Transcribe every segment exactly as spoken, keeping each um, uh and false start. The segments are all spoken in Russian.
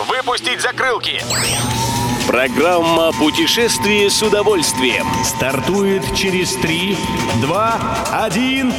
Выпустить закрылки. Программа «Путешествие с удовольствием» стартует через три, два, один.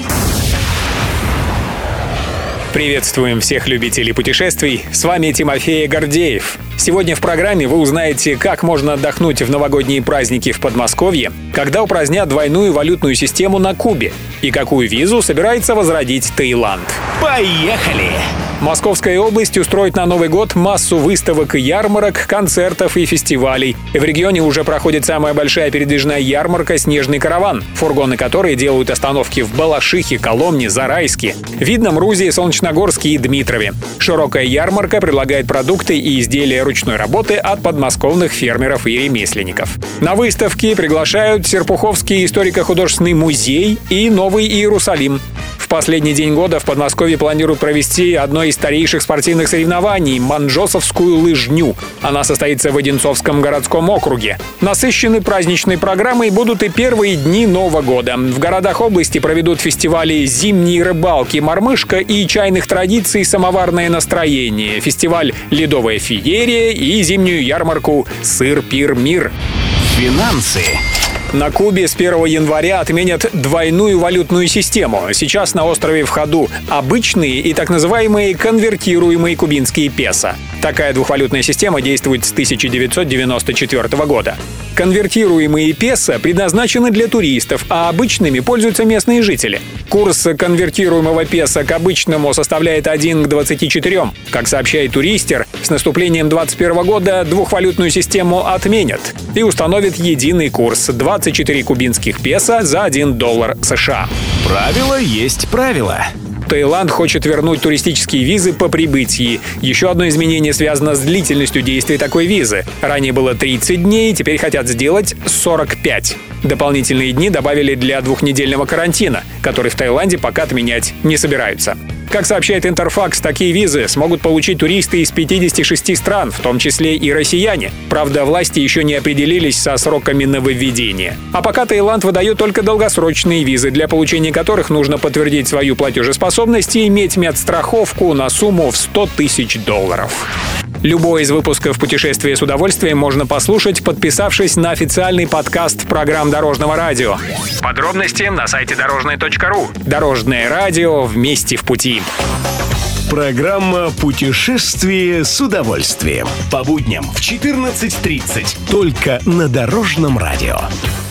Приветствуем всех любителей путешествий. С вами Тимофей Гордеев. Сегодня в программе вы узнаете, как можно отдохнуть в новогодние праздники в Подмосковье, когда упразднят двойную валютную систему на Кубе и какую визу собирается возродить Таиланд. Поехали! Московская область устроит на Новый год массу выставок и ярмарок, концертов и фестивалей. В регионе уже проходит самая большая передвижная ярмарка «Снежный караван», фургоны которой делают остановки в Балашихе, Коломне, Зарайске, Видном, Рузе, Солнечногорске и Дмитрове. Широкая ярмарка предлагает продукты и изделия ручной работы от подмосковных фермеров и ремесленников. На выставке приглашают Серпуховский историко-художественный музей и Новый Иерусалим. В последний день года в Подмосковье планируют провести одно из старейших спортивных соревнований – Манжосовскую лыжню. Она состоится в Одинцовском городском округе. Насыщены праздничной программой будут и первые дни Нового года. В городах области проведут фестивали зимней рыбалки «Мормышка» и чайных традиций «Самоварное настроение», фестиваль «Ледовая феерия» и зимнюю ярмарку «Сыр, пир, мир». Финансы. На Кубе с первого января отменят двойную валютную систему. Сейчас на острове в ходу обычные и так называемые конвертируемые кубинские песо. Такая двухвалютная система действует с тысяча девятьсот девяносто четвёртого года. Конвертируемые песо предназначены для туристов, а обычными пользуются местные жители. Курс конвертируемого песо к обычному составляет один к двадцати четырем. Как сообщает Туристер, с наступлением двадцать первого года двухвалютную систему отменят и установят единый курс – двадцать четыре кубинских песо за один доллар США. Правило есть правило. Таиланд хочет вернуть туристические визы по прибытии. Еще одно изменение связано с длительностью действия такой визы. Ранее было тридцать дней, теперь хотят сделать сорок пять. Дополнительные дни добавили для двухнедельного карантина, который в Таиланде пока отменять не собираются. Как сообщает Интерфакс, такие визы смогут получить туристы из пятидесяти шести стран, в том числе и россияне. Правда, власти еще не определились со сроками нововведения. А пока Таиланд выдает только долгосрочные визы, для получения которых нужно подтвердить свою платежеспособность и иметь медстраховку на сумму в сто тысяч долларов. Любой из выпусков «Путешествия с удовольствием» можно послушать, подписавшись на официальный подкаст программ Дорожного радио. Подробности на сайте дорожное точка ру. Дорожное радио, вместе в пути. Программа «Путешествие с удовольствием». По будням в четырнадцать тридцать. Только на Дорожном радио.